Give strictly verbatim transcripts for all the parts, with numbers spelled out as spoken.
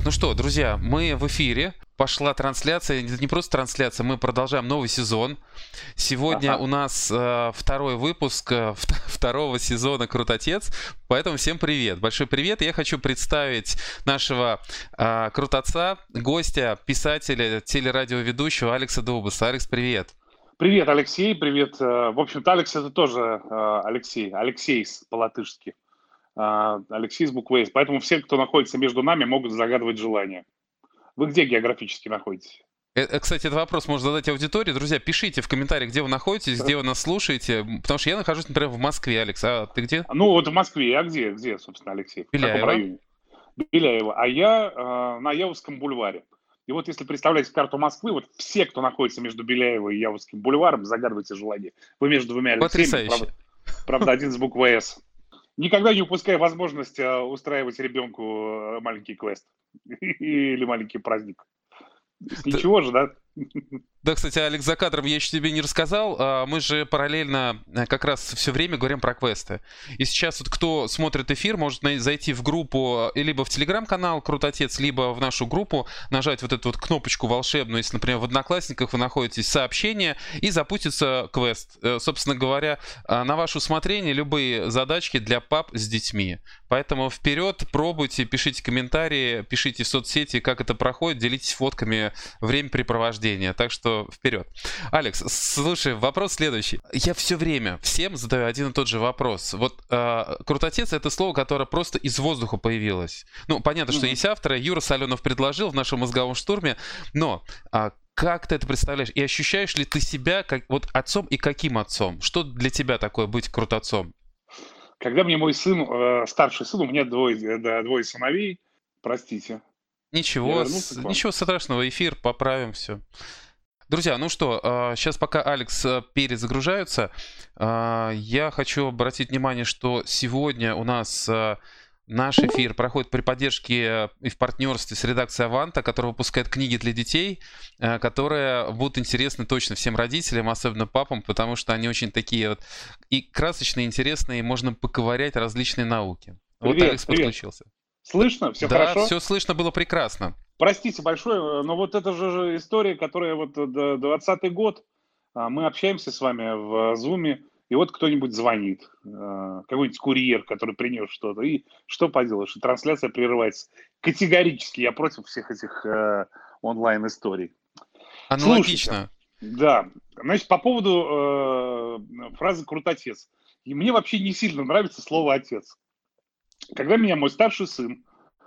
Так, ну что, друзья, мы в эфире. Пошла трансляция, не просто трансляция, мы продолжаем новый сезон. Сегодня Ага. у нас э, второй выпуск э, второго сезона «Крутотец», поэтому всем привет, большой привет. Я хочу представить нашего э, крутотца, гостя, писателя, телерадиоведущего Алекса Дубаса. Алекс, привет. Привет, Алексей, привет. э, В общем-то, Алекс это тоже э, Алексей, Алексей по-латышски. А, Алексей с буквой «С». Поэтому все, кто находится между нами, могут загадывать желание. Вы где географически находитесь? Э, э, Кстати, этот вопрос можно задать аудитории. Друзья, пишите в комментариях, где вы находитесь, где вы нас слушаете. м, Потому что я нахожусь, например, в Москве. Алекс, а ты где? Ну, вот в Москве. А где, где, собственно, Алексей? В каком Беляева. районе? Беляева. А я э, на Яузском бульваре. И вот если представляете карту Москвы, вот все, кто находится между Беляевой и Яузским бульваром, загадывайте желание. Вы между двумя Алексеями, Потрясающе. правда, правда один с буквой «С». Никогда не упускай возможность э, устраивать ребенку э, маленький квест или маленький праздник. С Д- ничего же, да? Да, кстати, Алекс, за кадром я еще тебе не рассказал. а, Мы же параллельно э, как раз все время говорим про квесты. И сейчас вот кто смотрит эфир, может най- зайти в группу, э, либо в телеграм-канал Крутотец, либо в нашу группу, нажать вот эту вот кнопочку волшебную, если, например, в Одноклассниках вы находитесь, сообщение, и запустится квест. Э, Собственно говоря, а, на ваше усмотрение любые задачки для пап с детьми. Поэтому вперед, пробуйте, пишите комментарии, пишите в соцсети, как это проходит, делитесь фотками времяпрепровождения. Так что вперед. Алекс, слушай, вопрос следующий. Я все время всем задаю один и тот же вопрос. Вот э, крутотец — это слово, которое просто из воздуха появилось. Ну, понятно, что Мгм. есть авторы. Юра Соленов предложил в нашем мозговом штурме, но а, как ты это представляешь? И ощущаешь ли ты себя как вот отцом, и каким отцом? Что для тебя такое быть крутотцом? Когда мне мой сын, э, старший сын, у меня двое, э, да, двое сыновей, простите, я Ничего, вернулся с- к вам. ничего страшного, эфир, поправим все. Друзья, ну что, сейчас пока Алекс э, перезагружаются, а, я хочу обратить внимание, что сегодня у нас э, наш эфир проходит при поддержке э, и в партнерстве с редакцией «Аванта», которая выпускает книги для детей, э, которые будут интересны точно всем родителям, особенно папам, потому что они очень такие вот и красочные, интересные, и можно поковырять различные науки. Вот Привет, Алекс привет. подключился. Д- Слышно? Все Да, хорошо? все слышно было прекрасно. Простите большое, э, но вот это же же история, которая вот э, д- двадцатый год, а, мы общаемся с вами в Зуме, и вот кто-нибудь звонит, э, какой-нибудь курьер, который принес что-то, и что поделаешь, и трансляция прерывается. Категорически я против всех этих э, онлайн-историй. Слушайте, Аналогично. да, значит, по поводу э, фразы «крутотец». И мне вообще не сильно нравится слово «отец». Когда меня мой старший сын,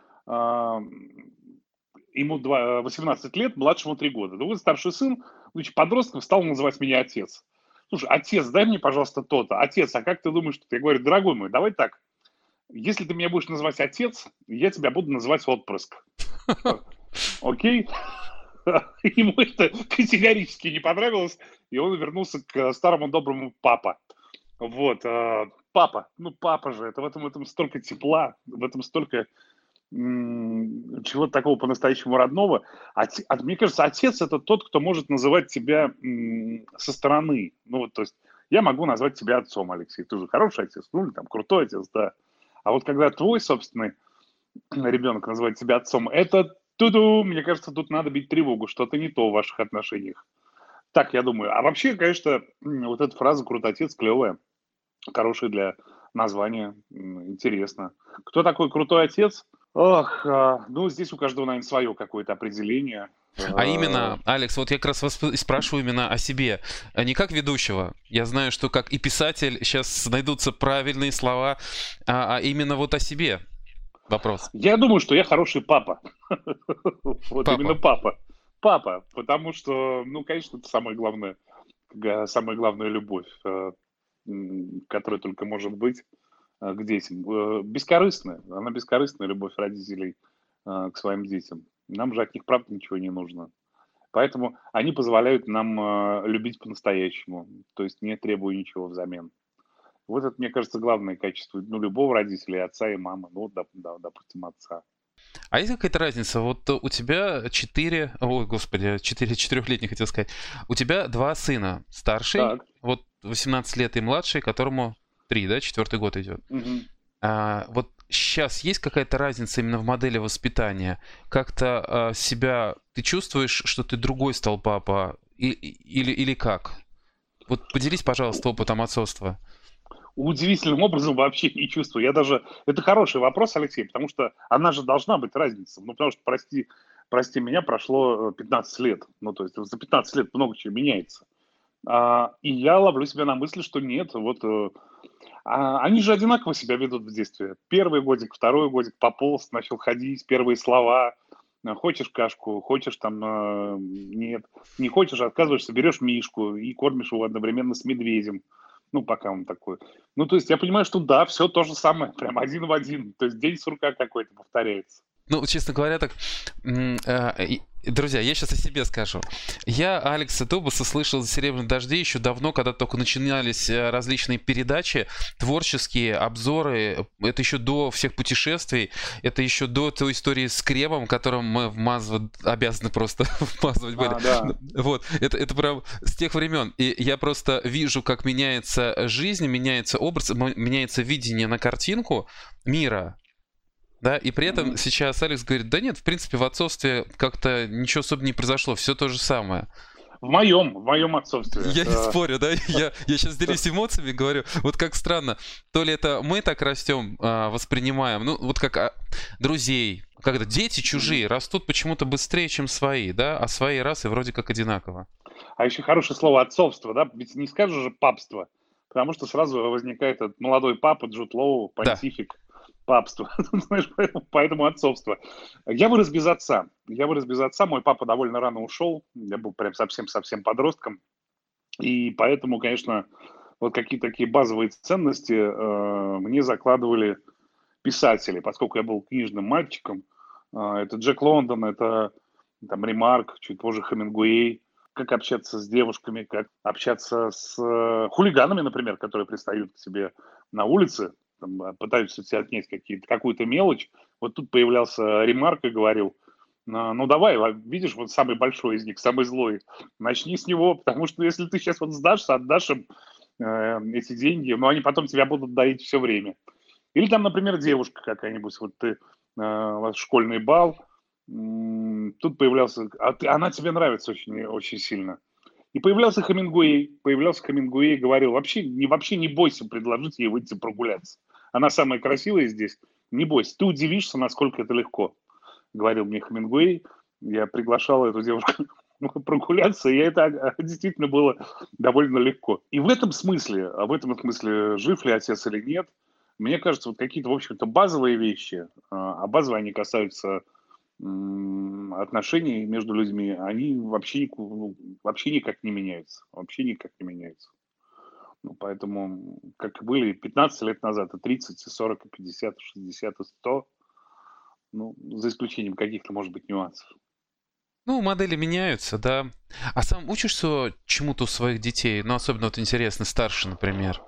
а, ему два- восемнадцать лет, младшему три года. Да вот старший сын, будучи подростком, стал называть меня отец. Слушай, отец, дай мне, пожалуйста, то-то. Отец, а как ты думаешь, что ты? Я говорю, дорогой мой, давай так. Если ты меня будешь называть отец, я тебя буду называть отпрыск. О- Окей? Ему это категорически не понравилось, и он вернулся к старому доброму папа. Вот, а, папа, ну папа же, это в этом, в этом столько тепла, в этом столько м, чего-то такого по-настоящему родного. Оте- а мне кажется, отец это тот, кто может называть тебя м, со стороны. Ну вот, то есть я могу назвать тебя отцом, Алексей. Ты же хороший отец, ну или там крутой отец, да. А вот когда твой собственный ребенок называет тебя отцом, это туду, мне кажется, тут надо бить тревогу, что-то не то в ваших отношениях. Так, я думаю. А вообще, конечно, м, вот эта фраза «крутотец» клевая, хорошая для названия, м, интересно. Кто такой крутой отец? Ох, а, ну, здесь у каждого, наверное, свое какое-то определение. А Э, именно, Алекс, вот я как раз вас сп- спрашиваю именно о себе, а не как ведущего. Я знаю, что как и писатель сейчас найдутся правильные слова, а, а именно вот о себе вопрос. Я думаю, что я хороший папа. Вот именно Папа. папа. Папа, потому что, ну, конечно, это самое главное, га- самая главная любовь, э, м, которая только может быть э, к детям. Э, Бескорыстная, она бескорыстная любовь родителей э, к своим детям. Нам же от них, правда, ничего не нужно. Поэтому они позволяют нам э, любить по-настоящему, то есть не требуя ничего взамен. Вот это, мне кажется, главное качество, ну, любого родителя, и отца, и мамы, ну, вот, доп- да, допустим, отца. А есть какая-то разница? Вот э, у тебя четыре, ой, господи, четыре четырехлетних хотел сказать. У тебя два сына. Старший, Так. вот восемнадцать лет, и младший, которому три, да, четвертый год идет. Мгм. А, вот сейчас есть какая-то разница именно в модели воспитания? Как-то, а, себя ты чувствуешь, что ты другой стал папа, и и или или как? Вот поделись, пожалуйста, опытом отцовства. Удивительным образом вообще не чувствую. Я даже это хороший вопрос, Алексей, потому что она же должна быть разница. Ну, потому что, прости прости меня, прошло, э, пятнадцать лет. Ну, то есть за пятнадцать лет много чего меняется. А, и я ловлю себя на мысли, что нет, вот, э, а, они же одинаково себя ведут в детстве. Первый годик, второй годик, пополз, начал ходить, первые слова. А, хочешь кашку, хочешь там, а, нет. Не хочешь, отказываешься, берешь мишку и кормишь его одновременно с медведем. Ну, пока он такой. Ну, то есть я понимаю, что да, все то же самое, прям один в один. То есть день сурка какой-то повторяется. Ну, честно говоря, так, м, а, и, друзья, я сейчас о себе скажу. Я Алекса Тобаса слышал за «Серебряных дождей» еще давно, когда только начинались э, различные передачи, творческие обзоры. Это еще до всех путешествий, это еще до той истории с кремом, которым мы вмазывать, обязаны просто вмазывать были. А, да. Ну, Вот, это, это прям с тех времен. И я просто вижу, как меняется жизнь, меняется образ, м- меняется видение на картинку мира. Да, и при этом Мгм. сейчас Алекс говорит: да нет, в принципе, в отцовстве как-то ничего особо не произошло, все то же самое. В моем, в моем отцовстве. Я не Э, спорю, да, т я, я сейчас т делюсь эмоциями, говорю, вот как странно, то ли это мы так растем, а, воспринимаем, ну, вот как а, друзей, когда дети Мгм. чужие растут почему-то быстрее, чем свои, да, а свои раз и вроде как одинаково. А еще хорошее слово отцовство, да? Ведь не скажешь же папство, потому что сразу возникает этот молодой папа Джуд Лоу, Да. понтифик, папство. Знаешь, поэтому, поэтому отцовство. Я вырос без отца. Я вырос без отца. Мой папа довольно рано ушел. Я был прям совсем-совсем подростком. И поэтому, конечно, вот какие-то такие базовые ценности э, мне закладывали писатели, поскольку я был книжным мальчиком. А, это Джек Лондон, это там Ремарк, чуть позже Хемингуэй. Как общаться с девушками, как общаться с э, хулиганами, например, которые пристают к тебе на улице, там, а, пытаются тебе отнять какие-то, какую-то мелочь. Вот тут появлялся Ремарк и говорил, «А, ну давай, а, видишь, вот самый большой из них, самый злой, начни с него, потому что если ты сейчас вот сдашься, отдашь им э, эти деньги, но они потом тебя будут доить все время. Или там, например, девушка какая-нибудь, вот ты, а, у вас школьный бал, м, тут появлялся, а ты, она тебе нравится очень, очень сильно. И появлялся Хемингуэй, появлялся Хемингуэй и говорил, вообще не, вообще не бойся предложить ей выйти прогуляться. Она самая красивая здесь, не бойся, ты удивишься, насколько это легко, говорил мне Хемингуэй. Я приглашал эту девушку прогуляться, и это а, действительно было довольно легко. И в этом смысле, а в этом смысле, жив ли отец или нет, мне кажется, вот какие-то, в общем-то, базовые вещи, а а базовые они касаются м, отношений между людьми, они вообще, нику- ну, вообще никак не меняются. Вообще никак не меняются. Ну, поэтому, как и были пятнадцать лет назад, и тридцать, и сорок, и пятьдесят, и шестьдесят, и сто, ну, за исключением каких-то, может быть, нюансов. Ну, модели меняются, да. А сам учишься чему-то у своих детей? Ну, особенно вот интересно, старше, например.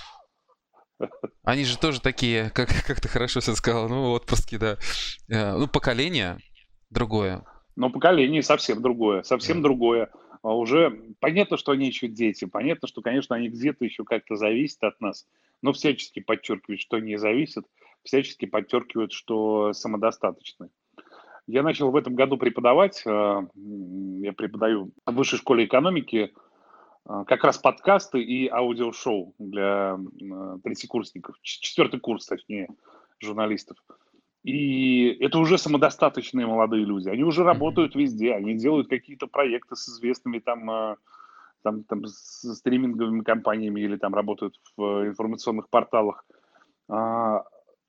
Они же тоже такие, как, как ты хорошо сейчас сказал, ну, отпрыски, да. Э, Ну, поколение другое. Но поколение совсем другое, совсем Да. другое. А уже понятно, что они еще дети, понятно, что, конечно, они где-то еще как-то зависят от нас, но всячески подчеркивают, что не зависят, всячески подчеркивают, что самодостаточны. Я начал в этом году преподавать, а, м, я преподаю в высшей школе экономики, а, как раз подкасты и аудиошоу для м, а, третьекурсников, ч- четвертый курс, точнее, журналистов. И это уже самодостаточные молодые люди. Они уже Мгм. работают везде, они делают какие-то проекты с известными там, а, там, там с стриминговыми компаниями или там работают в информационных порталах. А,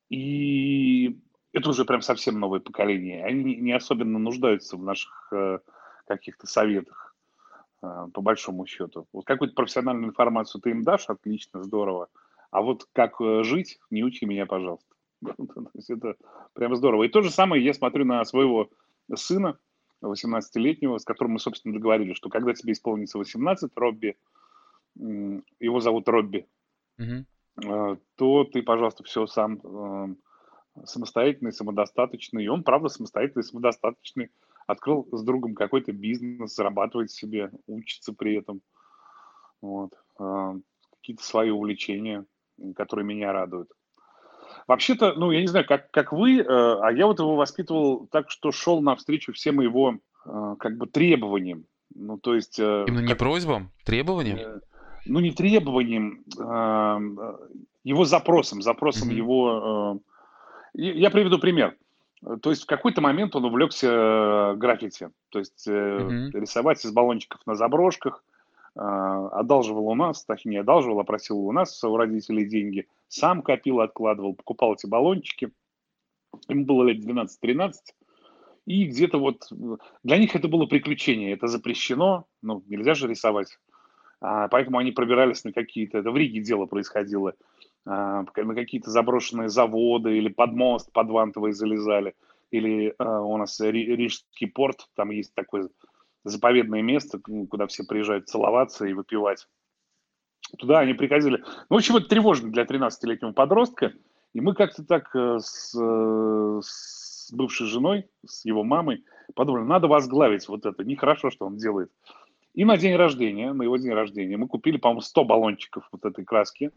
и это уже прям совсем новое поколение. Они не не особенно нуждаются в наших э, каких-то советах, а, по большому счету. Вот какую-то профессиональную информацию ты им дашь, отлично, здорово. А вот как э, жить, не учи меня, пожалуйста. То есть это прям здорово. И то же самое я смотрю на своего сына, восемнадцатилетнего, с которым мы, собственно, договорились, что когда тебе исполнится восемнадцать, Робби, м, его зовут Робби, Мгм. э, то ты, пожалуйста, все сам эм, самостоятельный, самодостаточный. И он, правда, самостоятельный, самодостаточный. Открыл с другом какой-то бизнес, зарабатывает себе, учится при этом. Вот. А, какие-то свои увлечения, м, которые меня радуют. Вообще-то, ну, я не знаю, как, как вы, э, а я вот его воспитывал так, что шел навстречу всем его э, как бы требованиям. Ну, то есть, э, Именно не как, просьбам, требованиям? э, ну, не требованиям, а, э, его запросам, запросам Мгм. его... э, и я приведу пример. Э, То есть в какой-то момент он увлекся э, граффити. То есть э, Мгм. рисовать из баллончиков на заброшках. А, одалживал у нас, точнее не одалживал, а просил у нас, у родителей деньги. Сам копил, откладывал, покупал эти баллончики. Ему было лет двенадцать-тринадцать. И где-то вот э, для них это было приключение. Это запрещено, ну, нельзя же рисовать. А, поэтому они пробирались на какие-то, это в Риге дело происходило, а, на какие-то заброшенные заводы или под мост, под вантовые залезали. Или а, у нас Ри- Рижский порт, там есть такое заповедное место, ну, куда все приезжают целоваться и выпивать. Туда они приходили. Ну, в общем, это тревожно для тринадцатилетнего подростка. И мы как-то так э, с, э, с бывшей женой, с его мамой, подумали, надо возглавить вот это. Нехорошо, что он делает. И на день рождения, на его день рождения, мы купили, по-моему, сто баллончиков вот этой краски.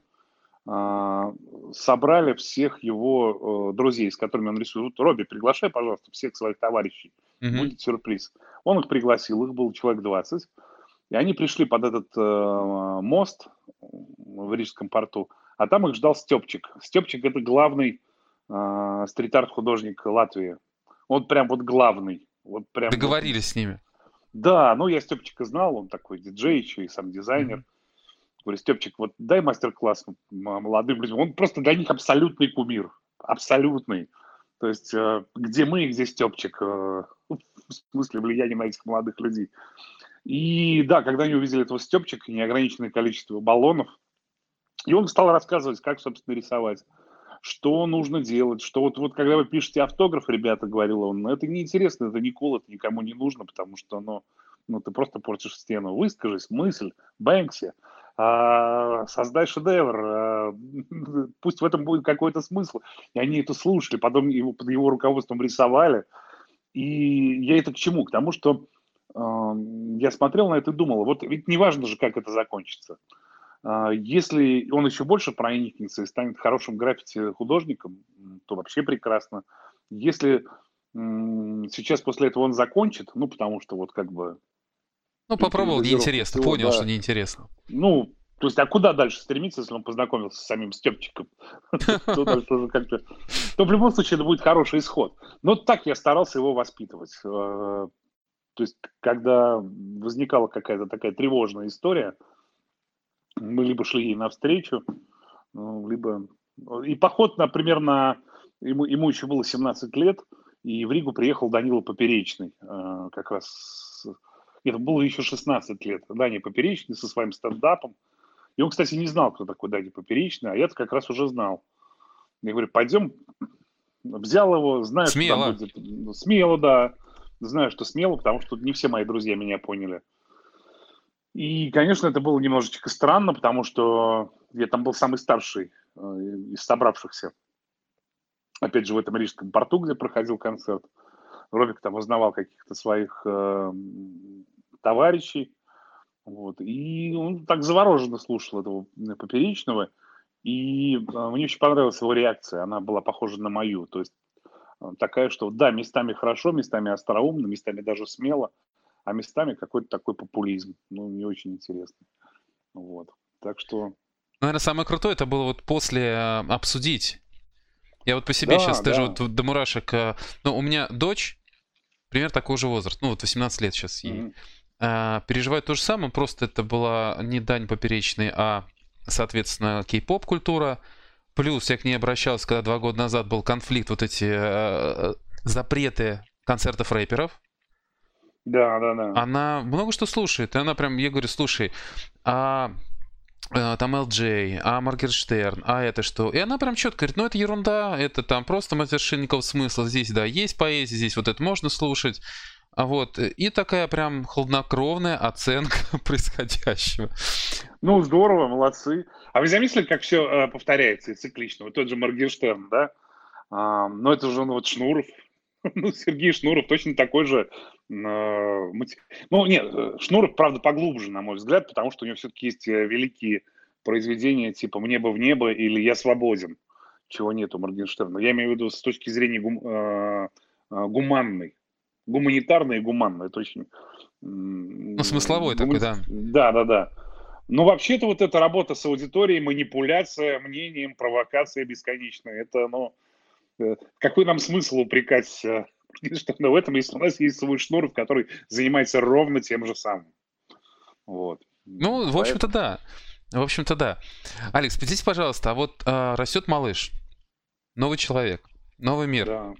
а, Собрали всех его э, друзей, с которыми он рисует. Вот, Робби, приглашай, пожалуйста, всех своих товарищей. Мгм. Будет сюрприз. Он их пригласил, их было человек двадцать. И они пришли под этот э, мост в Рижском порту, а там их ждал Степчик. Степчик это главный э, стрит-арт художник Латвии. Он прям вот главный. Вот прям вот. Договорились с ними. Да, ну я Степчика знал, он такой диджей еще и сам дизайнер. Мгм. Говорю, Степчик, вот дай мастер-класс молодым людям. Он просто для них абсолютный кумир. Абсолютный. То есть, э, где мы, где Степчик. Э, в смысле влияния на этих молодых людей. И да, когда они увидели этого Степчика, неограниченное количество баллонов, и он стал рассказывать, как, собственно, рисовать, что нужно делать, что вот, вот когда вы пишете автограф, ребята, говорил он, ну, это неинтересно, это не cool, это никому не нужно, потому что, ну, ну ты просто портишь стену. Выскажись, мысль, Бэнкси, а, создай шедевр, а, пусть в этом будет какой-то смысл. И они это слушали, потом его, под его руководством рисовали. И я это к чему? К тому, что а, я смотрел на это и думал, вот ведь не важно же, как это закончится. А, Если он еще больше проникнется и станет хорошим граффити-художником, м, то вообще прекрасно. Если м, сейчас после этого он закончит, ну, потому что вот как бы Ну, пе- попробовал, передозировка неинтересно, всего, понял, что да. неинтересно. Ну, то есть, а куда дальше стремиться, если он познакомился с самим Степчиком? То дальше уже как-то... То в любом случае это будет хороший исход. Но так я старался его воспитывать. Э, То есть, когда возникала какая-то такая тревожная история, мы либо шли ей навстречу, ну, либо... И поход, например, на... Ему, ему еще было семнадцать лет, и в Ригу приехал Данила Поперечный, э, как раз... с- Это было еще шестнадцать лет. Даня Поперечный со своим стендапом. И он, кстати, не знал, кто такой Даня Поперечный, а я-то как раз уже знал. Я говорю, пойдем. Взял его, знаю, что там Смело. будет. Ну, смело, да. Знаю, что смело, потому что не все мои друзья меня поняли. И, конечно, это было немножечко странно, потому что я там был самый старший э, из собравшихся. Опять же, в этом Рижском порту, где проходил концерт. Робик там узнавал каких-то своих э, м, товарищей. Вот. И он так завороженно слушал этого м, Поперечного. И э, мне очень понравилась его реакция. Она была похожа на мою. То есть э, такая, что да, местами хорошо, местами остроумно, местами даже смело, а местами какой-то такой популизм. Ну, не очень интересно. Вот. Так что, Наверное, самое крутое это было вот после э, обсудить. Я вот по себе да, сейчас даже да. вот до мурашек... э, Ну, у меня дочь, примерно такого же возраста, ну вот восемнадцать лет сейчас ей, Мгм. а, переживает то же самое, просто это была не дань поперечной, а, соответственно, кей-поп культура. Плюс я к ней обращался, когда два года назад был конфликт, вот эти э, запреты концертов рэперов. Да, да, да. Она много что слушает. И она прям, я говорю, слушай, а э, там эл джей, а Моргенштерн, а это что? И она прям четко говорит, ну это ерунда, это там просто матершинников смысл. Здесь, да, есть поэзия, здесь вот это можно слушать. А вот, и такая прям хладнокровная оценка происходящего. Ну, здорово, молодцы. А вы заметили, как все повторяется и циклично? Вот тот же Моргенштерн, да? А, ну, это же ну, вот Шнуров. Ну, Сергей Шнуров точно такой же. э, мати- Ну, нет, э, Шнуров, правда, поглубже, на мой взгляд, потому что у него все-таки есть э, великие произведения типа «Мне бы в небо» или «Я свободен». чего нет у Моргенштерна. Я имею в виду с точки зрения гум э, э, гуманной. Гуманитарной и гуманной. Это очень, Ну, м, смысловой такой, гумани да. да-да-да. Но вообще-то вот эта работа с аудиторией, манипуляция мнением, провокация бесконечная. Это, ну, э, какой нам смысл упрекать, э, Моргенштерна в этом, если у нас есть свой Шнуров, который занимается ровно тем же самым. Вот. М, Ну, в общем-то, поэтому да. В общем-то, да. Алекс, подскажите, пожалуйста, а вот а, растет малыш, новый человек, новый мир. да.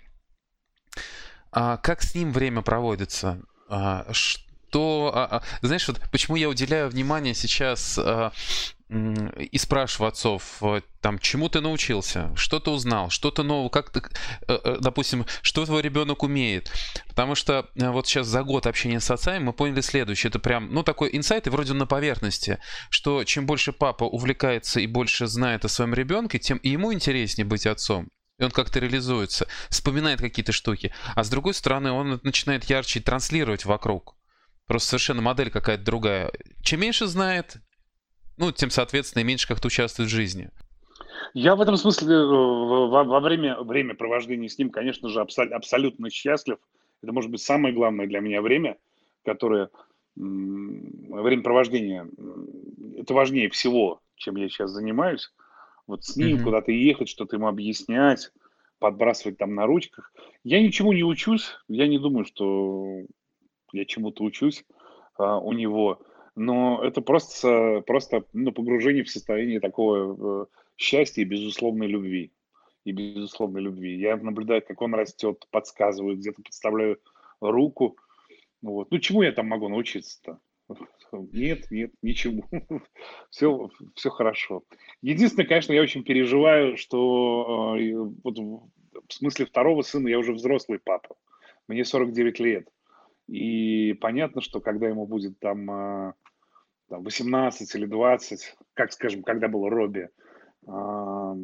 А как с ним время проводится? А, что, а, а, знаешь, вот почему я уделяю внимание сейчас а, м, и спрашиваю отцов, э, там, чему ты научился, что ты узнал, что-то нового, как ты, э, э, допустим, что твой ребенок умеет. Потому что э, вот сейчас за год общения с отцами мы поняли следующее. Это прям, ну, такой инсайт, и вроде он на поверхности, что чем больше папа увлекается и больше знает о своем ребенке, тем и ему интереснее быть отцом. И он как-то реализуется, вспоминает какие-то штуки. А с другой стороны, он начинает ярче транслировать вокруг. Просто совершенно модель какая-то другая. Чем меньше знает, ну, тем, соответственно, и меньше как-то участвует в жизни. Я в этом смысле, э, во во время времяпровождения с ним, конечно же, абсо абсолютно счастлив. Это может быть самое главное для меня время, которое, м, времяпровождение, м, это важнее всего, чем я сейчас занимаюсь. Вот с ним Мгм. куда-то ехать, что-то ему объяснять, подбрасывать там на ручках. Я ничему не учусь. Я не думаю, что я чему-то учусь, а, у него. Но это просто просто, ну, погружение в состояние такого, э, счастья и безусловной любви. И безусловной любви. Я наблюдаю, как он растет, подсказываю, где-то подставляю руку. Вот. Ну, чему я там могу научиться-то? Нет, нет, ничему. Все, все хорошо. Единственное, конечно, я очень переживаю, что, э, и вот в в смысле второго сына я уже взрослый папа. Мне сорок девять лет. И понятно, что когда ему будет там, а, там восемнадцать или двадцать, как, скажем, когда был Робби, ам,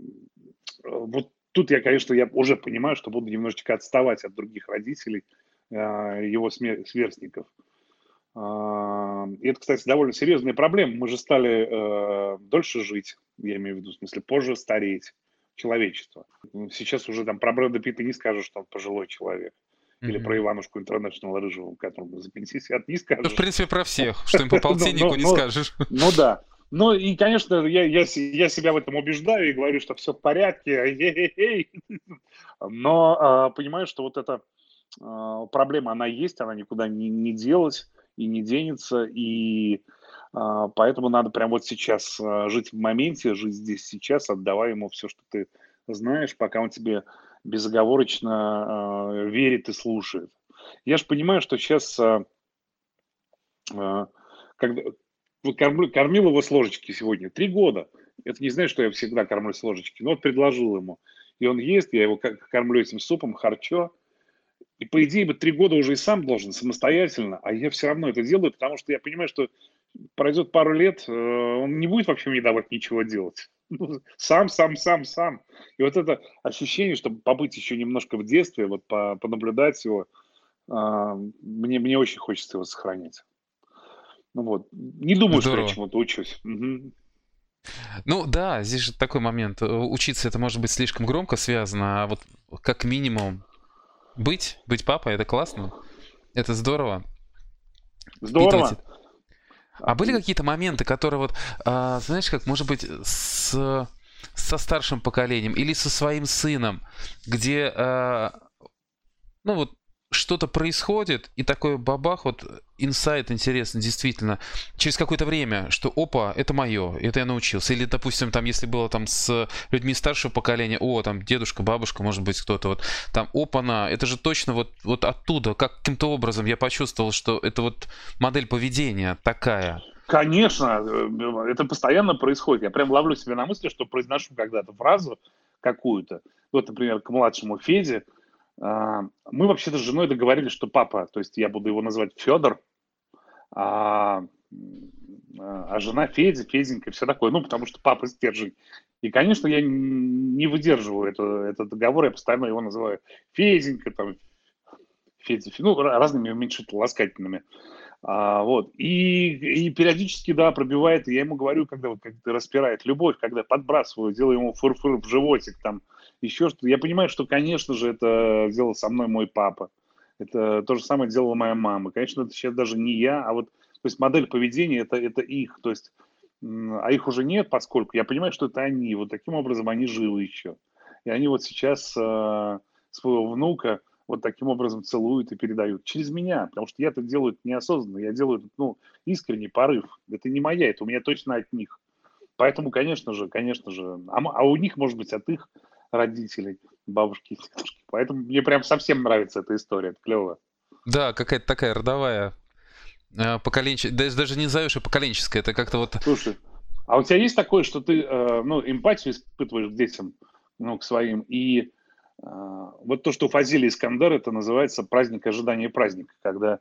вот тут я, конечно, я уже понимаю, что буду немножечко отставать от других родителей, а, его смер сверстников. Ам, и это, кстати, довольно серьезная проблема. Мы же стали, э, дольше жить, я имею в виду, в смысле, позже стареть, человечество. М, сейчас уже там про Брэда Питта не скажешь, что он пожилой человек. Или про Мгм. Иванушку Интернешнл Рыжего, которому за пятьдесят, не Ну, в скажешь. принципе, про всех, что им по Ну полтиннику ну не ну скажешь. ну да. Ну и, конечно, я я се я себя в этом убеждаю и говорю, что все в порядке, эй-эй-эй. Но, а, понимаю, что вот эта, а, проблема, она есть, она никуда не не делась и не денется. И, а, поэтому надо прям вот сейчас, а, жить в моменте, жить здесь сейчас, отдавая ему все, что ты знаешь, пока он тебе безоговорочно, а, верит и слушает. Я ж понимаю, что сейчас, а, а, когда вот кормлю кормил его с ложечки сегодня три года. Это не значит, что я всегда кормлю с ложечки, но вот предложил ему. И он ест, я его ка кормлю этим супом, харчо. И по идее бы три года уже и сам должен самостоятельно, а я все равно это делаю, потому что я понимаю, что пройдет пару лет, э, он не будет вообще мне давать ничего делать. Ну, сам, сам, сам, сам. И вот это ощущение, чтобы побыть еще немножко в детстве, вот по понаблюдать его, а, мне мне очень хочется его сохранять. Ну вот. Не думаю, что я Здорово. чему-то учусь. Мгм. Ну да, здесь же такой момент. э, Учиться это может быть слишком громко связано, а вот как минимум быть, быть папой, это классно, это здорово. Впитывать Здорово. это. А, А были м, какие-то моменты, которые вот, а, знаешь, как, может быть, с, со старшим поколением или со своим сыном, где а, ну вот что-то происходит, и такой бабах, вот инсайт интересный, действительно, через какое-то время, что опа, это мое, это я научился. Или, допустим, там, если было там с людьми старшего поколения, о, там, дедушка, бабушка, может быть, кто-то вот, там, опа-на, это же точно вот, вот оттуда, как каким-то образом я почувствовал, что это вот модель поведения такая. конечно, э, это постоянно происходит. Я прям ловлю себя на мысли, что произношу когда-то фразу какую-то. Вот, например, к младшему Феде. А, мы вообще-то с женой договорились, что папа, то есть я буду его называть Федор, а, м, а а жена Федя, Феденька, все такое. Ну, потому что папа стержень. И, конечно, я н не выдерживаю это этот договор, я постоянно его называю Феденька, там, Федя, Фе ну, ра разными уменьшительно-ласкательными. А, вот. И, и периодически, да, пробивает, и я ему говорю, когда вот как-то распирает любовь, когда подбрасываю, делаю ему фыр-фыр в животик, там, еще что-то. Я понимаю, что, конечно же, это сделал со мной мой папа. Это то же самое делала моя мама. Конечно, это сейчас даже не я, а вот, то есть модель поведения это, это их, то есть, м, а их уже нет, поскольку я понимаю, что это они. Вот таким образом они живы еще. И они вот сейчас э, своего внука вот таким образом целуют и передают. Через меня, потому что я это делаю неосознанно, я делаю, ну, искренний порыв. Это не моя, это у меня точно от них. Поэтому, конечно же, конечно же, а, м- а у них, может быть, от их родителей, бабушки и дедушки. Поэтому мне прям совсем нравится эта история, это клево. Да, какая-то такая родовая, э, поколенче... даже, даже не назовешь и поколенческая, это как-то вот... Слушай, а у тебя есть такое, что ты, э, ну, эмпатию испытываешь к детям, ну, к своим, и э, вот то, что у Фазили Искандер, это называется праздник ожидания праздника, когда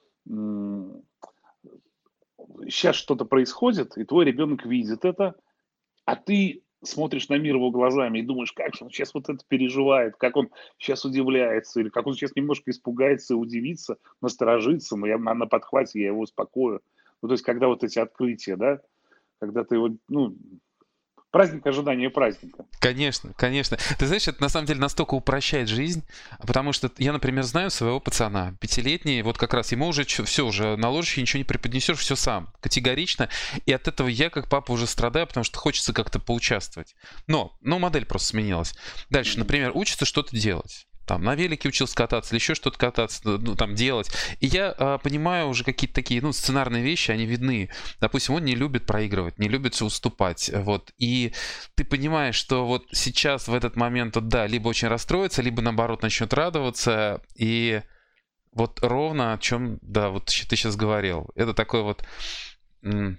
сейчас что-то происходит, и твой ребенок видит это, а ты смотришь на мир его глазами и думаешь, как же он сейчас вот это переживает, как он сейчас удивляется, или как он сейчас немножко испугается, удивится, насторожится, но я на, на подхвате, я его успокою. Ну, то есть, когда вот эти открытия, да, когда ты вот, ну, праздник ожидания праздника. Конечно, конечно. Ты знаешь, это на самом деле настолько упрощает жизнь, потому что я, например, знаю своего пацана, пятилетний, вот как раз ему уже все, уже на ложечке ничего не преподнесешь, все сам, категорично. И от этого я, как папа, уже страдаю, потому что хочется как-то поучаствовать. Но, ну, модель просто сменилась. Дальше, Мгм. например, учится что-то делать. Там на велике учился кататься или еще что-то кататься, ну, там делать. И я а, понимаю уже какие-то такие, ну, сценарные вещи, они видны. Допустим, он не любит проигрывать, не любит уступать, вот. И ты понимаешь, что вот сейчас в этот момент, вот, да, либо очень расстроится, либо наоборот начнет радоваться. И вот ровно о чем, да, вот щ- ты сейчас говорил. Это такой вот... м,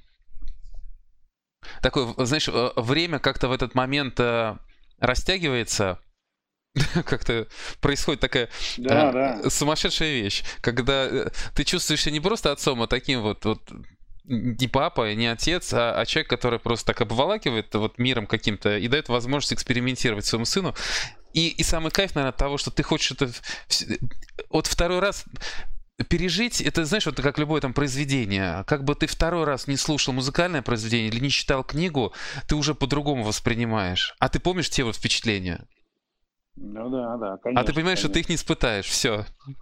Такое, знаешь, э, время как-то в этот момент э, растягивается, как-то происходит такая Да, да. э, сумасшедшая вещь, когда э, ты чувствуешь себя не просто отцом, а таким вот, вот не папа, не отец, а, а человек, который просто так обволакивает вот миром каким-то и дает возможность экспериментировать своему сыну. И, и самый кайф, наверное, от того, что ты хочешь это вс- вот второй раз пережить, это, знаешь, вот как любое там произведение. Как бы ты второй раз не слушал музыкальное произведение или не читал книгу, ты уже по-другому воспринимаешь. А ты помнишь те вот впечатления? Ну да, да, А ты конечно, понимаешь, что ты их конечно. не испытаешь. Все.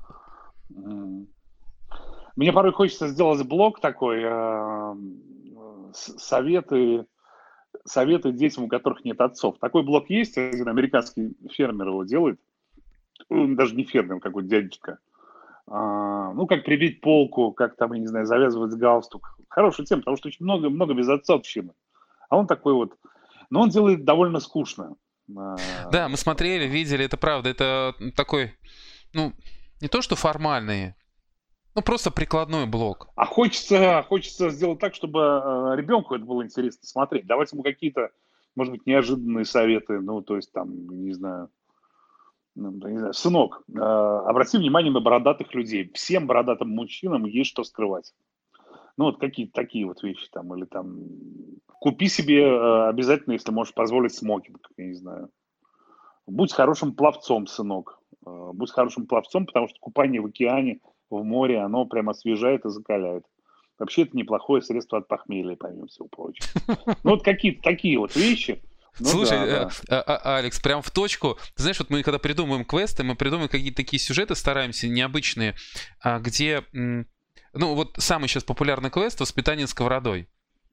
Мгм. Мне порой хочется сделать блог такой, ам, с- советы, советы детям, у которых нет отцов. Такой блог есть, один американский фермер его делает. Он даже не фермер, какой-то дядечка. А, ну, как прибить полку, как там, я не знаю, завязывать галстук. Хорошая тема, потому что очень много, много безотцовщины. А он такой вот, но он делает довольно скучно. А, Да, мы смотрели, видели, это правда. Это такой, ну, не то что формальный, ну просто прикладной блок. а хочется, хочется сделать так, чтобы э, ребенку это было интересно смотреть. Давать ему какие-то, может быть, неожиданные советы. Ну, то есть там, не знаю, ну, да, не знаю, сынок, э, обрати внимание на бородатых людей. Всем бородатым мужчинам есть что скрывать. Ну, вот какие-то такие вот вещи там, или там купи себе э, обязательно, если можешь позволить, смокинг, я не знаю. Будь хорошим пловцом, сынок. Э, Будь хорошим пловцом, потому что купание в океане, в море, оно прям освежает и закаляет. Вообще это неплохое средство от похмелья, помимо всего прочего. Ну, вот какие-то такие вот вещи. Ну Слушай, да, э, да. а- а- Алекс, прям в точку. Ты знаешь, вот мы когда придумываем квесты, мы придумываем какие-то такие сюжеты, стараемся необычные, а, где, м, ну вот самый сейчас популярный квест — «Воспитание сковородой».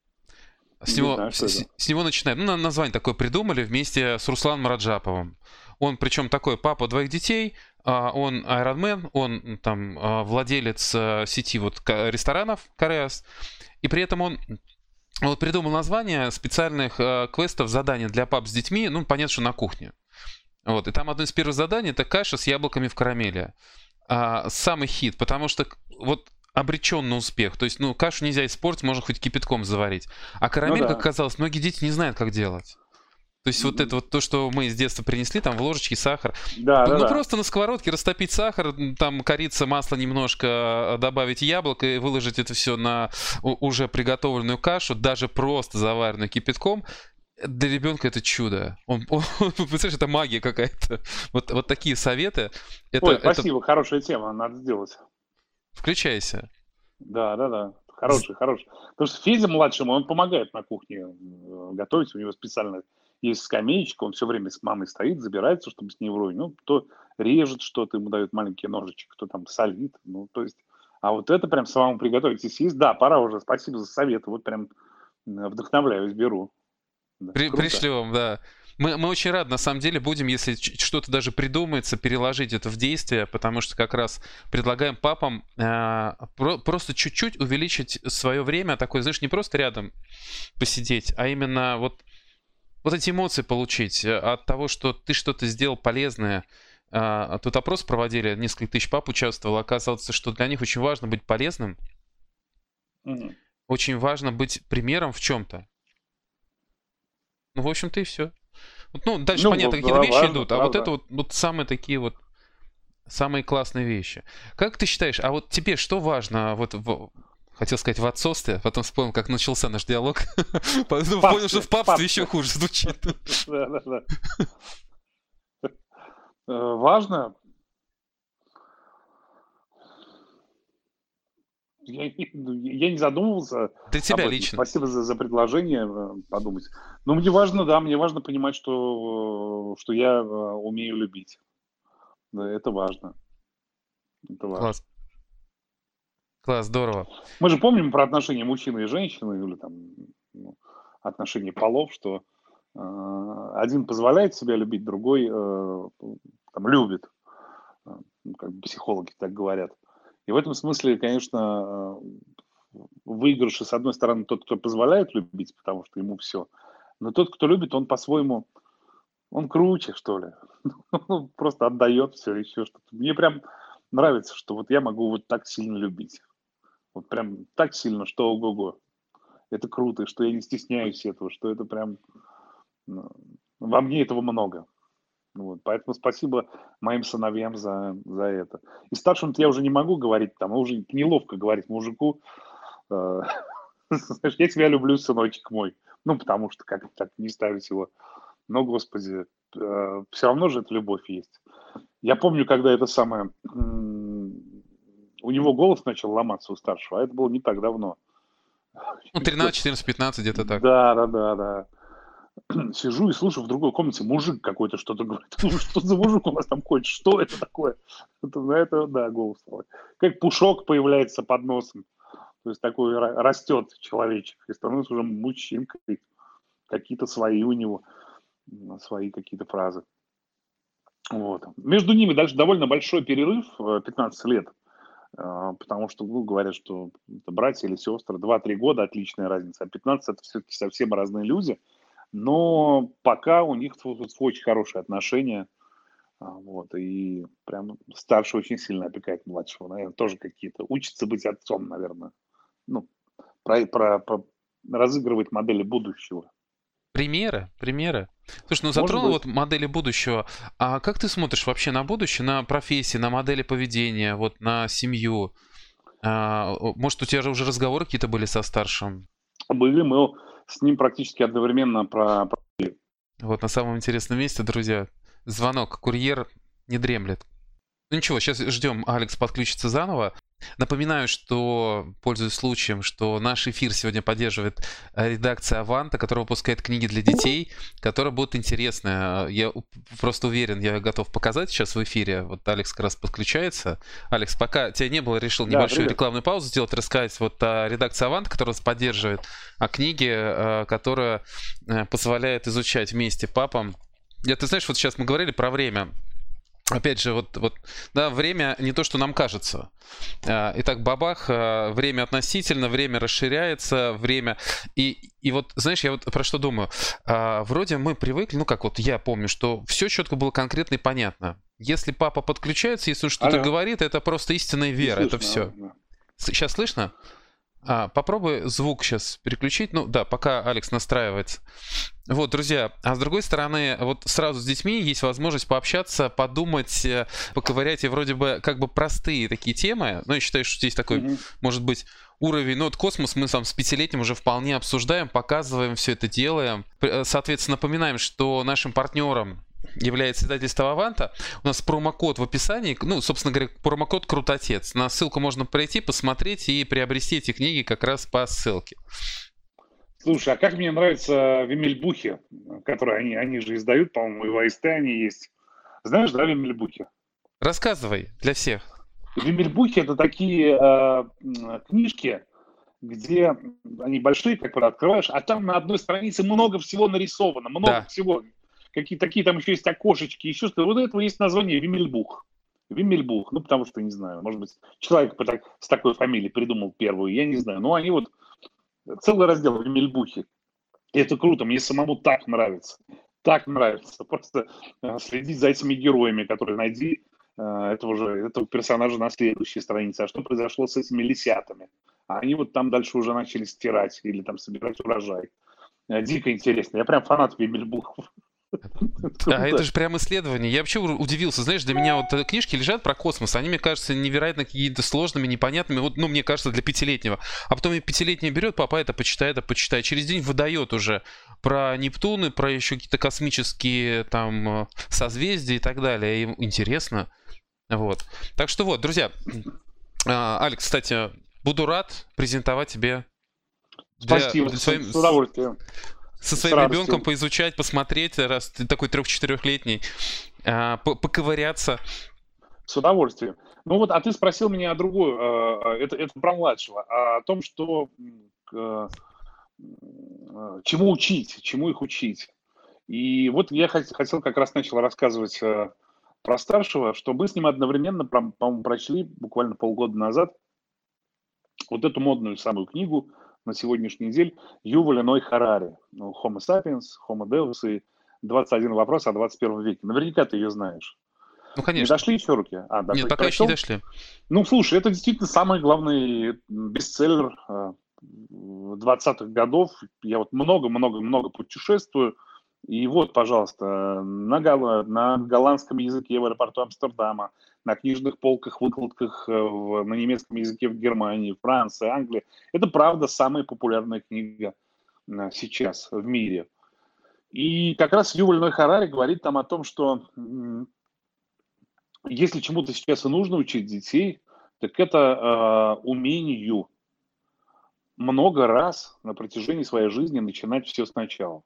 С Не него, знаю, с, что с- это. с него начинают. Ну, на- название такое придумали вместе с Русланом Раджаповым. Он, причем, такой папа двоих детей, а, он айронмен, он м, там а, владелец а, сети вот ка- ресторанов Кореас, и при этом он вот придумал название специальных а, квестов, заданий для пап с детьми, ну, понятно, что на кухне. Вот, и там одно из первых заданий — это каша с яблоками в карамели. А, самый хит, потому что к- вот обречен на успех. То есть, ну, кашу нельзя испортить, можно хоть кипятком заварить. А Ну карамель, как да. оказалось, многие дети не знают, как делать. То есть вот Мгм. это вот то, что мы из детства принесли, там в ложечке сахар. Да, П- да, Ну да. просто на сковородке растопить сахар, м, там корица, масло немножко, а, добавить яблок и выложить это все на у- уже приготовленную кашу, даже просто заваренную кипятком. Для ребенка это чудо. Он, он- представляешь, это магия какая-то. Вот, вот такие советы. Это, Ой, это спасибо, хорошая тема, надо сделать. включайся. Да, да, да. Хороший, хороший. Потому что Федя младшему, он помогает на кухне э, готовить. У него специально есть скамеечка, он все время с мамой стоит, забирается, чтобы с ней вровень. Ну, кто режет что-то, ему дают маленькие ножички, кто там солит. Ну, то есть, а вот это прям самому приготовить и съесть. Да, пора уже. Спасибо за совет. Вот прям м, вдохновляюсь, беру. Да, При, круто. пришлем, да. Мы, мы очень рады, на самом деле, будем, если ч- что-то даже придумается, переложить это в действие, потому что как раз предлагаем папам э, про- просто чуть-чуть увеличить свое время, такое, знаешь, не просто рядом посидеть, а именно вот, вот эти эмоции получить э, от того, что ты что-то сделал полезное. Э, тут опрос проводили, несколько тысяч пап участвовало, оказалось, что для них очень важно быть полезным, Мгм. очень важно быть примером в чем-то. Ну, в общем-то, и все. Вот, ну, дальше, Ну, понятно, вот, какие-то да, вещи важно, идут, а вот это правда. вот, вот самые такие вот, самые классные вещи. Как ты считаешь, а вот тебе что важно, вот, в- хотел сказать, в отцовстве, потом вспомнил, как начался наш диалог, потом понял, что Папстве, в папстве еще папстве. хуже звучит. Да, да, да. Э, Важно. Я не ну, я не задумывался Для тебя об этом. лично. Спасибо за за предложение, э, подумать. Но мне важно, да, мне важно понимать, что, э, что я, э, умею любить. Да, это важно, это важно. Класс, класс, здорово. Мы же помним про отношения мужчины и женщины или там, ну, отношения полов, что, э, один позволяет себя любить, другой, э, там любит. Э, ну, как бы психологи так говорят. И в этом смысле, конечно, э, в выигрыше, с одной стороны, тот, кто позволяет любить, потому что ему все. Но тот, кто любит, он по-своему, он круче, что ли. Он просто отдает все, еще что-то. Мне прям нравится, что вот я могу вот так сильно любить. Вот прям так сильно, что ого-го. Это круто, и что я не стесняюсь этого, что это прям, ну, во мне этого много. Вот, поэтому спасибо моим сыновьям за, за это. И старшим-то я уже не могу говорить, там, уже неловко говорить мужику, э, знаешь, я тебя люблю, сыночек мой. Ну, потому что как так не ставить его. Но, господи, все равно же эта любовь есть. Я помню, когда это самое, м, у него голос начал ломаться у старшего, а это было не так давно. Ну, тринадцать, четырнадцать, пятнадцать, где-то так. Да, да, да, да. Сижу и слушаю, в другой комнате мужик какой-то что-то говорит. Думаю, что за мужик у нас там ходит? Что это такое? Это, на это, да, голос слава. Как пушок появляется под носом. То есть такой ра- растет человечек и становится уже мужчинкой. Какие-то свои у него, м, свои какие-то фразы. Вот. Между ними дальше довольно большой перерыв, э, пятнадцать лет. А, Потому что, ну, говорят, что это братья или сестры, два-три года отличная разница, а пятнадцать это все-таки совсем разные люди. Но пока у них тут очень хорошие отношения. А, Вот, и прям старший очень сильно опекает младшего. Наверное, тоже какие-то. Учится быть отцом, наверное. Ну, про, про, про- разыгрывать модели будущего. Примеры, примеры. Слушай, ну Может затронул вот быть. модели будущего. А как ты смотришь вообще на будущее, на профессии, на модели поведения, вот на семью? А, о, может, у тебя же уже разговоры какие-то были со старшим? Были мы с ним практически одновременно про... про- Вот на самом интересном месте, друзья. Звонок. Курьер не дремлет. Ну ничего, сейчас ждем, Алекс подключится заново. Напоминаю, что, пользуясь случаем, что наш эфир сегодня поддерживает э, редакция Аванта, которая выпускает книги для детей, которые будут интересны. Э, Я у- просто уверен, я готов показать сейчас в эфире. Вот Алекс как раз подключается. Алекс, пока тебя не было, решил Да, небольшую привет. рекламную паузу сделать, рассказать вот о редакции Аванта, которая нас поддерживает, о книге, э, которая э, позволяет изучать вместе папам. Я, ты знаешь, вот сейчас мы говорили про время. Опять же, вот, вот, да, время не то, что нам кажется. А, Итак, бабах, а, время относительно, время расширяется, время... И, и вот, знаешь, я вот про что думаю. А, Вроде мы привыкли, ну как вот я помню, что все четко было конкретно и понятно. Если папа подключается, если он что-то Алло, говорит, это просто истинная не вера, это слышно. все. а, Сейчас слышно? А, попробуй звук сейчас переключить. Ну да, пока Алекс настраивается. Вот, друзья, а с другой стороны, вот сразу с детьми есть возможность пообщаться, подумать, э, поковырять, и вроде бы как бы простые такие темы. Но я считаю, что здесь такой, Мгм. может быть, уровень, ну вот космос мы там с пятилетним уже вполне обсуждаем, показываем, все это делаем. П- э, Соответственно, напоминаем, что нашим партнерам является издательство «Аванта». У нас промокод в описании, ну, собственно говоря, промокод «Крутотец». На ссылку можно пройти, посмотреть и приобрести эти книги как раз по ссылке. Слушай, а как мне нравятся вимельбухи, которые они, они же издают, по-моему, и в АСТ они есть. Знаешь, да, вимельбухи? Рассказывай для всех. Вимельбухи — это такие э, книжки, где они большие, как правило, открываешь, а там на одной странице много всего нарисовано, много Да. всего. Какие такие там еще есть окошечки, еще что-то. Вот у этого есть название Вимельбух. Вимельбух, ну потому что, не знаю, может быть, человек с такой фамилией придумал первую, я не знаю. Но они вот, целый раздел Вимельбухи. И это круто, мне самому так нравится. Так нравится. Просто следить за этими героями, которые найди этого же, этого персонажа на следующей странице. А что произошло с этими лисятами? А они вот там дальше уже начали стирать или там собирать урожай. Дико интересно. Я прям фанат Вимельбухов. А это же прям исследование. Я вообще удивился. Знаешь, для меня вот книжки лежат про космос. Они, мне кажется, невероятно какие-то сложными, непонятными. Вот, ну, мне кажется, для пятилетнего. А потом и пятилетний берет, папа это почитает, это почитает. Через день выдает уже про Нептуны, про еще какие-то космические там созвездия и так далее. И интересно. Вот. Так что вот, друзья. Алекс, кстати, буду рад презентовать тебе. Для, Спасибо, для своим... с удовольствием. Со своим ребенком поизучать, посмотреть, раз ты такой трех-четырехлетний, поковыряться. С удовольствием. Ну вот, а ты спросил меня о другой, это, это про младшего, о том, что чему учить, чему их учить. И вот я хотел, как раз начал рассказывать про старшего, что мы с ним одновременно, по-моему, прочли буквально полгода назад вот эту модную самую книгу на сегодняшний день Юваля Ной Харари. Ну, Homo sapiens, Homo Deus и двадцать один вопрос о двадцать первом веке. Наверняка ты ее знаешь. Ну, конечно. Не дошли еще руки? А, дошли. Нет, пока еще не дошли. Ну, слушай, это действительно самый главный бестселлер двадцатых годов. Я вот много-много-много путешествую. И вот, пожалуйста, на, гол... на голландском языке в аэропорту Амстердама, на книжных полках, выкладках в... на немецком языке в Германии, Франции, Англии. Это, правда, самая популярная книга сейчас в мире. И как раз Юваль Ной Харари говорит там о том, что если чему-то сейчас и нужно учить детей, так это э, умению много раз на протяжении своей жизни начинать все сначала.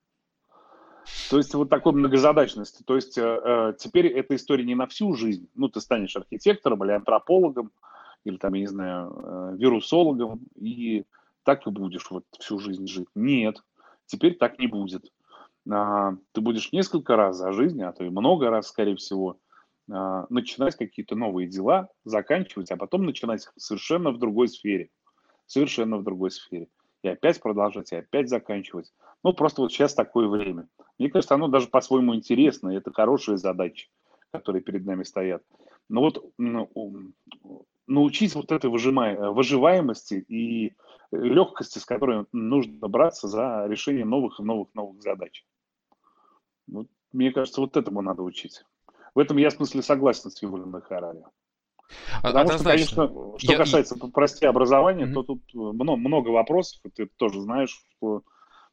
То есть вот такой многозадачности. То есть э, теперь эта история не на всю жизнь. Ну, ты станешь архитектором или антропологом, или там, я не знаю, э, вирусологом, и так и будешь вот всю жизнь жить. Нет, теперь так не будет. А, ты будешь несколько раз за жизнь, а то и много раз, скорее всего, а, начинать какие-то новые дела, заканчивать, а потом начинать совершенно в другой сфере. Совершенно в другой сфере. И опять продолжать, и опять заканчивать. Ну, просто вот сейчас такое время. Мне кажется, оно даже по-своему интересно, и это хорошие задачи, которые перед нами стоят. Но вот ну, научить вот этой выживаемости и легкости, с которой нужно браться за решение новых и новых-новых задач. Вот, мне кажется, вот этому надо учить. В этом я, в смысле, согласен с Ювалем Ной Харари. Потому Однозначно. что, конечно, что я... касается, прости, образования, mm-hmm. то тут много, много вопросов. Ты тоже знаешь, что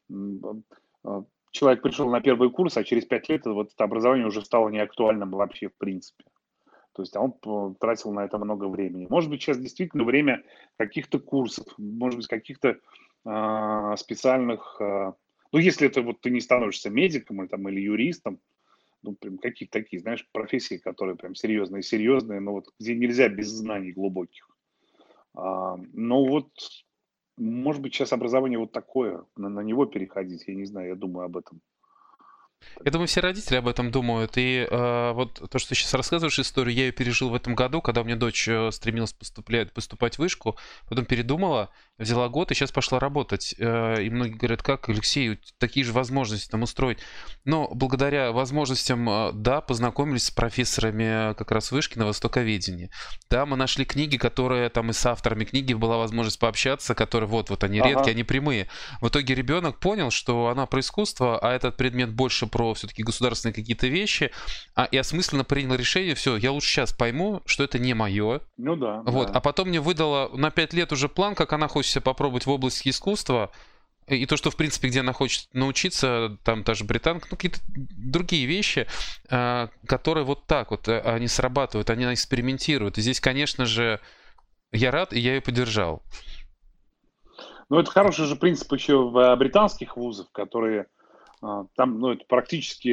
человек пришел на первый курс, а через пять лет вот это образование уже стало неактуальным вообще в принципе. То есть он тратил на это много времени. Может быть, сейчас действительно время каких-то курсов, может быть, каких-то э, специальных... Э, ну, если это вот ты не становишься медиком или, там, или юристом, ну, прям какие-то такие, знаешь, профессии, которые прям серьезные, серьезные, но вот где нельзя без знаний глубоких. А, но вот, может быть, сейчас образование вот такое, на, на него переходить, я не знаю, я думаю об этом. Я думаю, все родители об этом думают. И э, вот то, что ты сейчас рассказываешь историю, я ее пережил в этом году, когда у меня дочь стремилась поступлять, поступать в вышку, потом передумала, взяла год и сейчас пошла работать. Э, и многие говорят, как, Алексей, такие же возможности там устроить. Но благодаря возможностям, да, познакомились с профессорами как раз вышки на востоковедении. Да, мы нашли книги, которые там и с авторами книги была возможность пообщаться, которые вот, вот они редкие, ага. они прямые. В итоге ребенок понял, что она про искусство, а этот предмет больше про все-таки государственные какие-то вещи, а и осмысленно принял решение, все, я лучше сейчас пойму, что это не мое. Ну да. Вот, да. А потом мне выдала на пять лет уже план, как она хочет себя попробовать в области искусства, и то, что, в принципе, где она хочет научиться, там та же британка, ну, какие-то другие вещи, которые вот так вот, они срабатывают, они экспериментируют. И здесь, конечно же, я рад, и я ее поддержал. Ну, это хороший же принцип еще в британских вузах, которые там, ну, это практически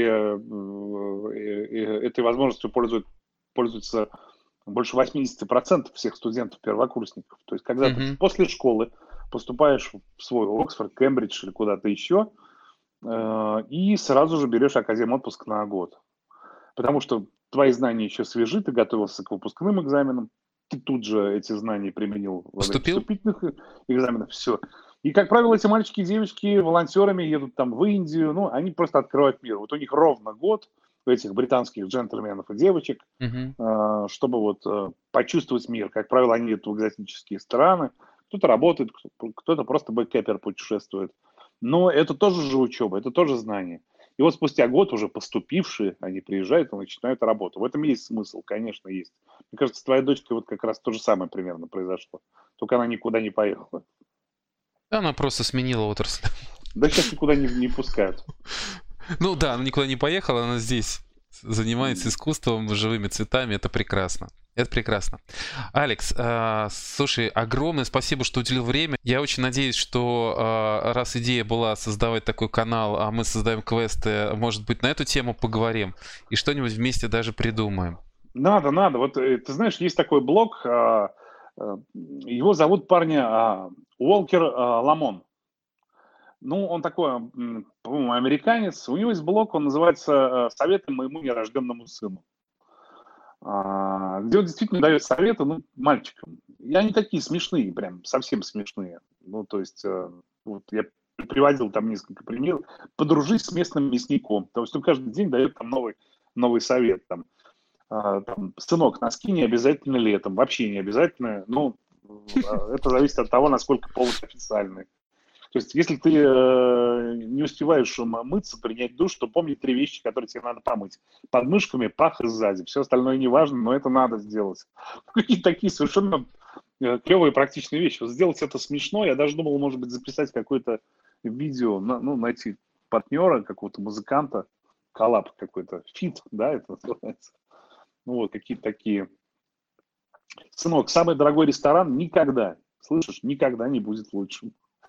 этой возможностью пользуют, пользуются больше восемьдесят процентов всех студентов-первокурсников. То есть, когда mm-hmm. ты после школы поступаешь в свой Оксфорд, Кембридж или куда-то еще, и сразу же берешь академ-отпуск на год. Потому что твои знания еще свежи, ты готовился к выпускным экзаменам, ты тут же эти знания применил во время вступительных экзаменов, все. И, как правило, эти мальчики и девочки волонтерами едут там в Индию, ну, они просто открывают мир. Вот у них ровно год, у этих британских джентльменов и девочек, uh-huh. чтобы вот почувствовать мир. Как правило, они едут в экзотические страны, кто-то работает, кто-то просто бэкэпер путешествует. Но это тоже же учеба, это тоже знание. И вот спустя год уже поступившие, они приезжают и начинают работу. В этом есть смысл, конечно, есть. Мне кажется, с твоей дочкой вот как раз то же самое примерно произошло. Только она никуда не поехала. Она просто сменила отрасль. Да сейчас никуда не, не пускают. Ну да, она никуда не поехала, она здесь занимается искусством, живыми цветами. Это прекрасно. Это прекрасно. Алекс, э, слушай, огромное спасибо, что уделил время. Я очень надеюсь, что э, раз идея была создавать такой канал, а мы создаем квесты, может быть, на эту тему поговорим и что-нибудь вместе даже придумаем. Надо, надо. Вот ты знаешь, есть такой блог, э, э, его зовут парня э, Уолкер э, Ламон. Ну, он такой, по-моему, американец. У него есть блог, он называется «Советы моему нерожденному сыну», где он действительно дает советы, ну, мальчикам. И они такие смешные, прям совсем смешные. Ну, то есть, вот я приводил там несколько примеров. Подружись с местным мясником. То есть он каждый день дает там новый, новый совет. Там, там, сынок, носки не обязательно летом, вообще не обязательно. Ну, это зависит от того, насколько полос официальный. То есть, если ты э, не успеваешь мыться, принять душ, то помни три вещи, которые тебе надо помыть. Под мышками, пах и сзади. Все остальное не важно, но это надо сделать. Какие-то такие совершенно клевые практичные вещи. Вот сделать это смешно. Я даже думал, может быть, записать какое-то видео, ну, найти партнера, какого-то музыканта, коллаб какой-то, фит, да, это называется. Ну, вот, какие-то такие. Сынок, самый дорогой ресторан никогда, слышишь, никогда не будет лучшим.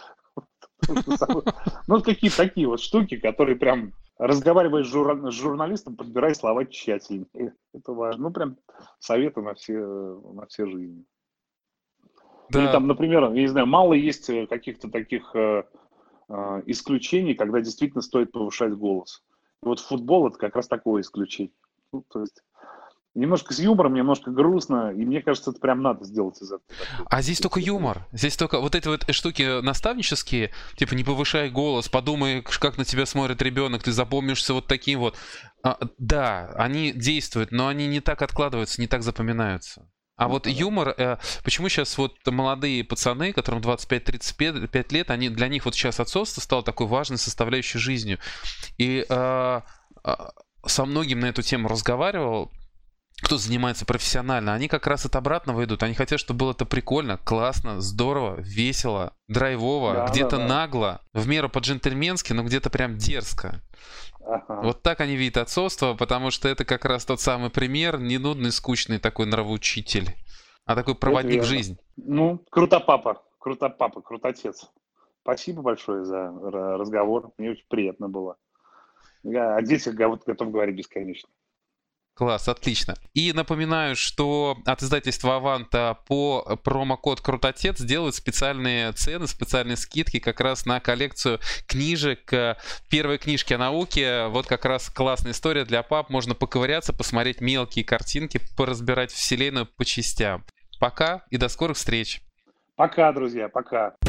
Ну, какие-то такие вот штуки, которые прям разговариваешь с журналистом, подбирай слова тщательно. Это важно. Ну, прям советы на все, на все жизни. Да. Или там, например, я не знаю, мало есть каких-то таких э, э, исключений, когда действительно стоит повышать голос. И вот футбол — это как раз такое исключение. Ну, то есть немножко с юмором, немножко грустно, и мне кажется, это прям надо сделать из этого. А здесь только юмор. Здесь только вот эти вот штуки наставнические, типа не повышай голос, подумай, как на тебя смотрит ребенок, ты запомнишься вот таким вот. А, да, они действуют, но они не так откладываются, не так запоминаются. А вот юмор, э, почему сейчас вот молодые пацаны, которым двадцать пять тридцать пять лет, они, для них вот сейчас отцовство стало такой важной составляющей жизнью. И э, э, со многим на эту тему разговаривал, кто занимается профессионально, они как раз от обратного идут. Они хотят, чтобы было это прикольно, классно, здорово, весело, драйвово, да, где-то да, да. нагло, в меру по-джентльменски, но где-то прям дерзко. Ага. Вот так они видят отцовство, потому что это как раз тот самый пример, не нудный, скучный такой нравоучитель, а такой проводник в жизнь. Ну, круто папа, круто папа, круто отец. Спасибо большое за разговор, мне очень приятно было. Я о детях готов говорить бесконечно. Класс, отлично. И напоминаю, что от издательства Аванта по промокод Крутотец делают специальные цены, специальные скидки как раз на коллекцию книжек первой книжки о науке. Вот как раз классная история для пап. Можно поковыряться, посмотреть мелкие картинки, поразбирать вселенную по частям. Пока и до скорых встреч. Пока, друзья, пока.